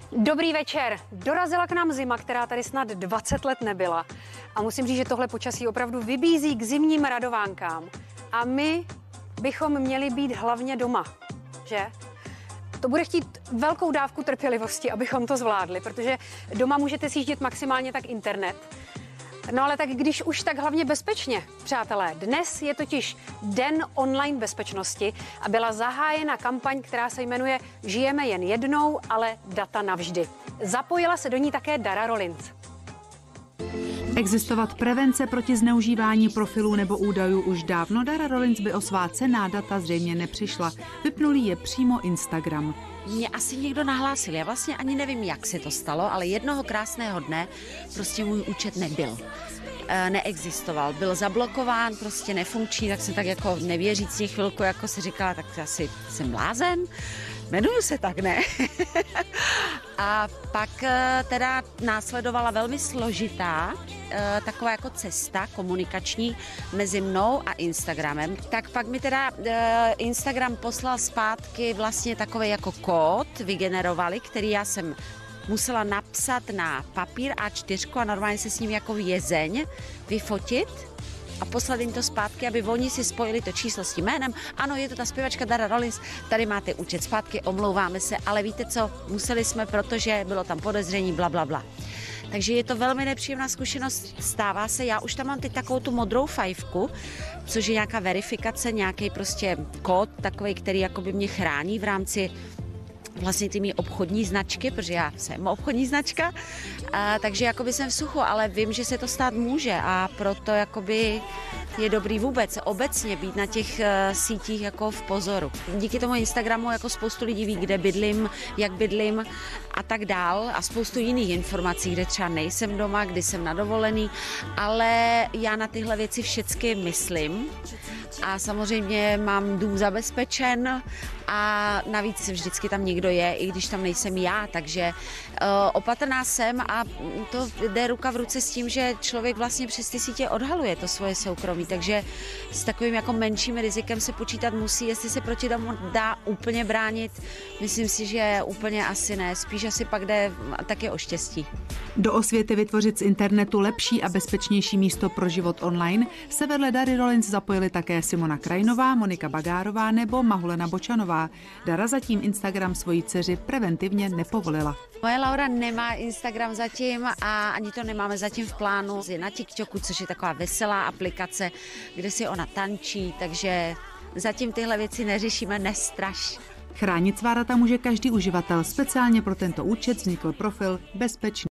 Dobrý večer. Dorazila k nám zima, která tady snad 20 let nebyla. A musím říct, že tohle počasí opravdu vybízí k zimním radovánkám. A my bychom měli být hlavně doma, že? To bude chtít velkou dávku trpělivosti, abychom to zvládli, protože doma můžete sjíždět maximálně tak internet. No ale tak když už, tak hlavně bezpečně, přátelé. Dnes je totiž Den online bezpečnosti a byla zahájena kampaň, která se jmenuje Žijeme jen jednou, ale data navždy. Zapojila se do ní také Dara Rollins. Existovat prevence proti zneužívání profilů nebo údajů už dávno. Dara Rollins by o svá cenná data zřejmě nepřišla. Vypnul je přímo Instagram. Mě asi někdo nahlásil, já vlastně ani nevím, jak se to stalo, ale jednoho krásného dne prostě můj účet nebyl. Neexistoval, byl zablokován, prostě nefunkční, tak jsem tak jako nevěřícně chvilku jako si říkala, tak asi jsem blázen, jmenuju se tak, ne? A pak teda následovala velmi složitá taková jako cesta komunikační mezi mnou a Instagramem. Tak pak mi teda Instagram poslal zpátky vlastně takový jako kód, vygenerovali, který já jsem musela napsat na papír A4 a normálně se s ním jako vězeň vyfotit a poslat jim to zpátky, aby oni si spojili to číslo s tím jménem. Ano, je to ta zpěvačka Dara Rollins, tady máte účet zpátky, omlouváme se, ale víte co, museli jsme, protože bylo tam podezření, bla, bla, bla. Takže je to velmi nepříjemná zkušenost, stává se, já už tam mám teď takovou tu modrou fajfku, což je nějaká verifikace, nějaký prostě kód takový, který jakoby mě chrání v rámci vlastně ty mý obchodní značky, protože já jsem obchodní značka, takže jakoby jsem v suchu, ale vím, že se to stát může a proto jakoby je dobrý vůbec obecně být na těch sítích jako v pozoru. Díky tomu Instagramu jako spoustu lidí ví, kde bydlím, jak bydlím a tak dál a spoustu jiných informací, kde třeba nejsem doma, kdy jsem na dovolený, ale já na tyhle věci všecky myslím a samozřejmě mám dům zabezpečen a navíc vždycky tam někdo je, i když tam nejsem já, takže opatrná jsem a to jde ruka v ruce s tím, že člověk vlastně přes ty sítě odhaluje to svoje soukromí, takže s takovým jako menším rizikem se počítat musí, jestli se proti tomu dá úplně bránit, myslím si, že úplně asi ne, spíš asi pak jde taky o štěstí. Do osvěty vytvořit z internetu lepší a bezpečnější místo pro život online se vedle Dary Rollins zapojili také Simona Krajinová, Monika Bagárová nebo Mahulena Bočanová. Dara zatím Instagram svojí dceři preventivně nepovolila. Moje Laura nemá Instagram zatím a ani to nemáme zatím v plánu. Je na TikToku, což je taková veselá aplikace, kde si ona tančí, takže zatím tyhle věci neřešíme, nestraš. Chránit svá data může každý uživatel. Speciálně pro tento účet vznikl profil Bezpečný.